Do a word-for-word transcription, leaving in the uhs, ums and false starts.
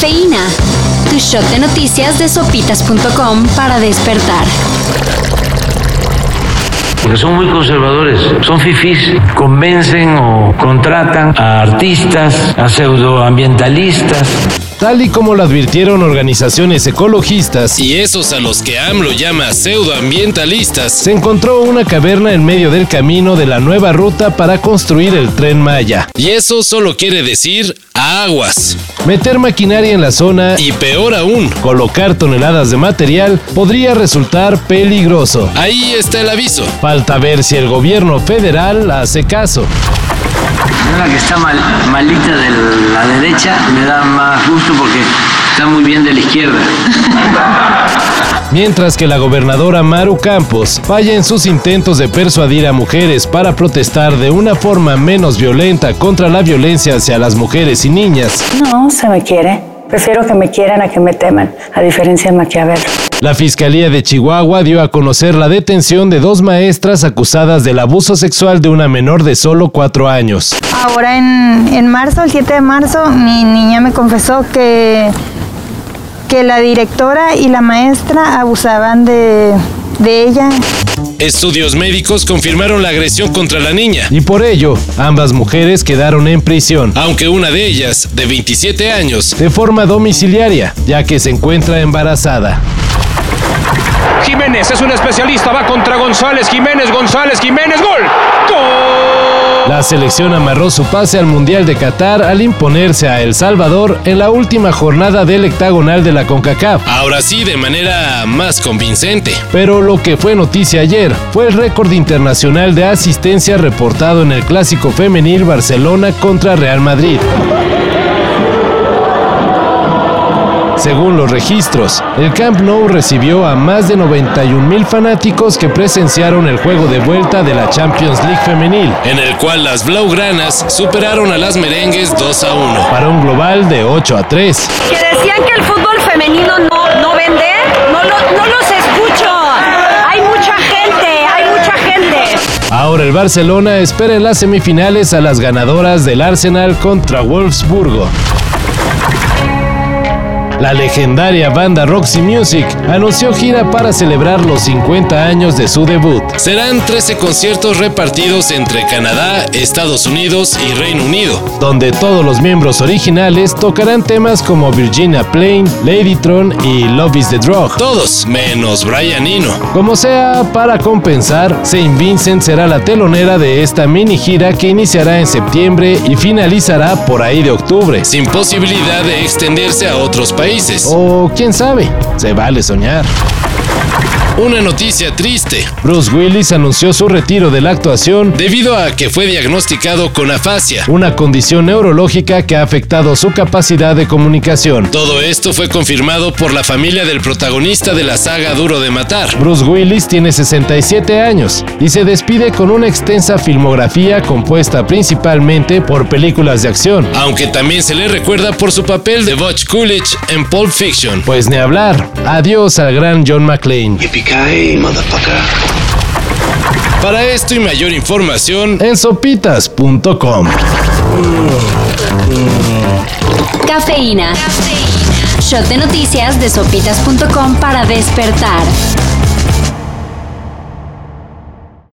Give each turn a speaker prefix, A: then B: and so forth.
A: Cafeína, tu shot de noticias de sopitas punto com para despertar.
B: Porque son muy conservadores, son fifís, convencen o contratan a artistas, a pseudoambientalistas.
C: Tal y como lo advirtieron organizaciones ecologistas,
D: y esos a los que AMLO llama pseudoambientalistas,
C: se encontró una caverna en medio del camino de la nueva ruta para construir el Tren Maya.
D: Y eso solo quiere decir aguas.
C: Meter maquinaria en la zona
D: y, peor aún,
C: colocar toneladas de material podría resultar peligroso.
D: Ahí está el aviso.
C: Falta ver si el gobierno federal hace caso.
B: La que está mal, malita de la derecha me da más gusto porque está muy bien de la izquierda.
C: Mientras que la gobernadora Maru Campos falla en sus intentos de persuadir a mujeres para protestar de una forma menos violenta contra la violencia hacia las mujeres y niñas.
E: No, se me quiere. Prefiero que me quieran a que me teman, a diferencia de Maquiavelo.
C: La Fiscalía de Chihuahua dio a conocer la detención de dos maestras acusadas del abuso sexual de una menor de solo cuatro años.
F: Ahora en, en marzo, el siete de marzo, mi niña me confesó que, que la directora y la maestra abusaban de, de ella.
D: Estudios médicos confirmaron la agresión contra la niña.
C: Y por ello, ambas mujeres quedaron en prisión.
D: Aunque una de ellas, de veintisiete años,
C: de forma domiciliaria, ya que se encuentra embarazada.
G: Jiménez es un especialista, va contra González, Jiménez, González, Jiménez, ¡gol! ¡Gol!
C: La selección amarró su pase al Mundial de Qatar al imponerse a El Salvador en la última jornada del hectagonal de la CONCACAF.
D: Ahora sí, de manera más convincente.
C: Pero lo que fue noticia ayer fue el récord internacional de asistencia reportado en el clásico femenil Barcelona contra Real Madrid. Según los registros, el Camp Nou recibió a más de noventa y un mil fanáticos que presenciaron el juego de vuelta de la Champions League femenil,
D: en el cual las blaugranas superaron a las merengues dos a uno.
C: Para un global de ocho a tres.
H: Que decían que el fútbol femenino no, no vende, no, lo, no los escucho. Hay mucha gente, hay mucha gente.
C: Ahora el Barcelona espera en las semifinales a las ganadoras del Arsenal contra Wolfsburgo. La legendaria banda Roxy Music anunció gira para celebrar los cincuenta años de su debut.
D: Serán trece conciertos repartidos entre Canadá, Estados Unidos y Reino Unido,
C: donde todos los miembros originales tocarán temas como Virginia Plain, Ladytron y Love is the Drug.
D: Todos, menos Brian Eno.
C: Como sea, para compensar, Saint Vincent será la telonera de esta mini gira que iniciará en septiembre y finalizará por ahí de octubre,
D: sin posibilidad de extenderse a otros países.
C: O quién sabe, se vale soñar.
D: Una noticia triste.
C: Bruce Willis anunció su retiro de la actuación
D: debido a que fue diagnosticado con afasia,
C: una condición neurológica que ha afectado su capacidad de comunicación.
D: Todo esto fue confirmado por la familia del protagonista de la saga Duro de Matar.
C: Bruce Willis tiene sesenta y siete años y se despide con una extensa filmografía compuesta principalmente por películas de acción,
D: aunque también se le recuerda por su papel de Butch Coolidge en Pulp Fiction.
C: Pues ni hablar, adiós al gran John McClane.
D: Para esto y mayor información
C: en sopitas punto com.
A: Cafeína. Shot de noticias de sopitas punto com para despertar.